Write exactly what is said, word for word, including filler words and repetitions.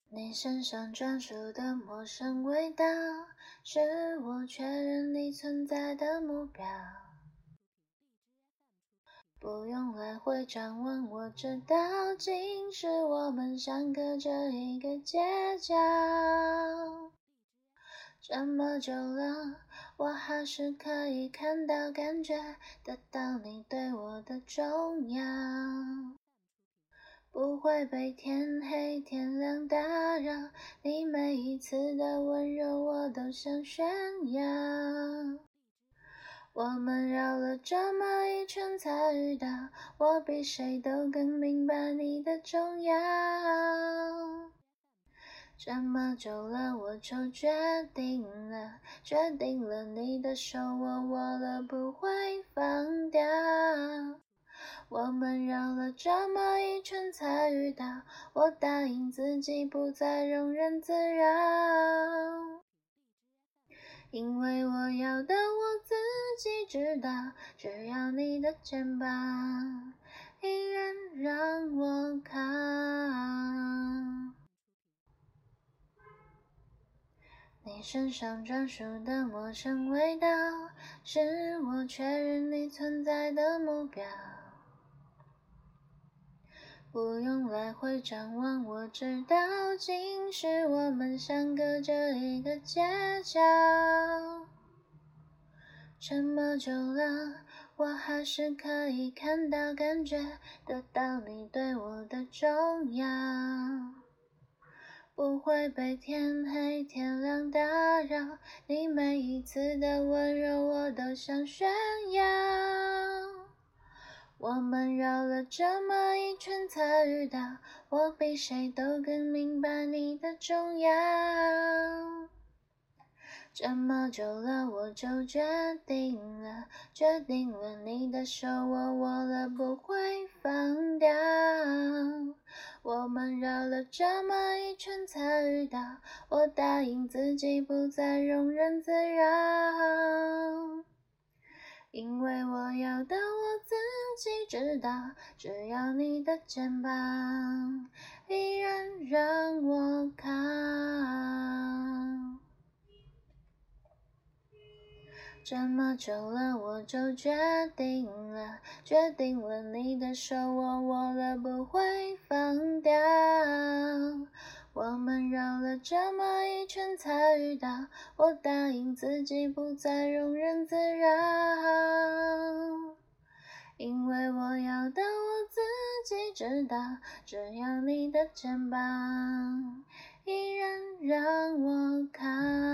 你身上专属的陌生味道，是我确认你存在的目标。不用来回张望，我知道竟是我们相隔着一个街角。这么久了，我还是可以看到、感觉得到你对我的重要。不会被天黑天亮打扰，你每一次的温柔我都想炫耀。我们绕了这么一圈才遇到，我比谁都更明白你的重要。这么久了，我就决定了，决定了你的手我握了不会放掉。我们绕了这么一圈才遇到，我答应自己不再庸人自扰，因为我要的我自己知道，只要你的肩膀依然让我靠。你身上专属的陌生味道，是我确认你存在的目标。不用来回张望，我知道竟是我们相隔着一个街角。这么久了，我还是可以看到、感觉得到你对我的重要。不会被天黑天亮打扰，你每一次的温柔我都想炫耀。我们绕了这么一圈才遇到，我比谁都更明白你的重要。这么久了，我就决定了，决定了你的手我握了不会放掉。我们绕了这么一圈才遇到，我答应自己不再庸人自扰，因为我要的我自己知道，只要你的肩膀依然让我靠。这么久了，我就决定了，决定了你的手我握了不会放掉。我们绕了这么一圈才遇到，我答应自己不再庸人自扰，因为我要的我自己知道，只要你的肩膀依然让我靠。